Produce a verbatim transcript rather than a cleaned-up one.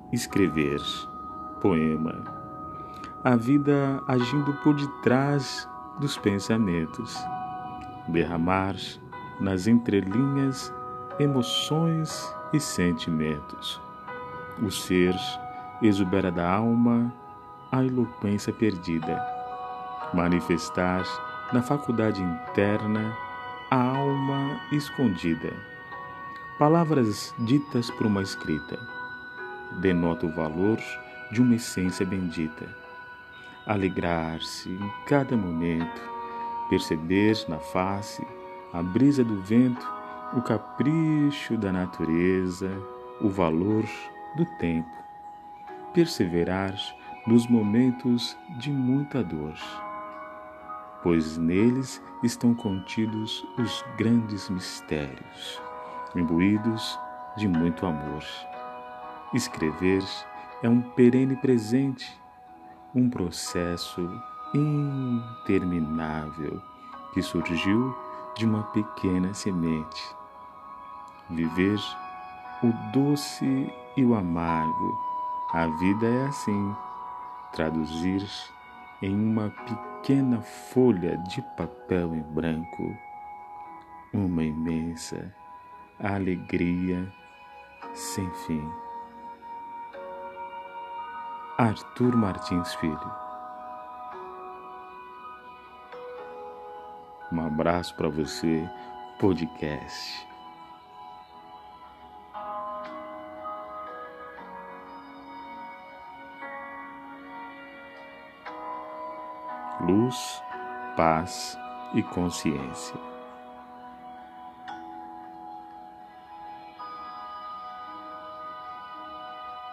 Escrever. Poema. A vida agindo por detrás dos pensamentos. Derramar nas entrelinhas emoções e sentimentos. O ser exubera da alma a eloquência perdida. Manifestar na faculdade interna a alma escondida. Palavras ditas por uma escrita denota o valor de uma essência bendita. Alegrar-se em cada momento, perceber na face a brisa do vento, o capricho da natureza, o valor do tempo. Perseverar nos momentos de muita dor, pois neles estão contidos os grandes mistérios, imbuídos de muito amor. Escrever é um perene presente, um processo interminável que surgiu de uma pequena semente. Viver o doce e o amargo, a vida é assim, traduzir em uma pequena folha de papel em branco uma imensa alegria sem fim. Arthur Martins Filho. Um abraço para você, podcast. Luz, paz e consciência.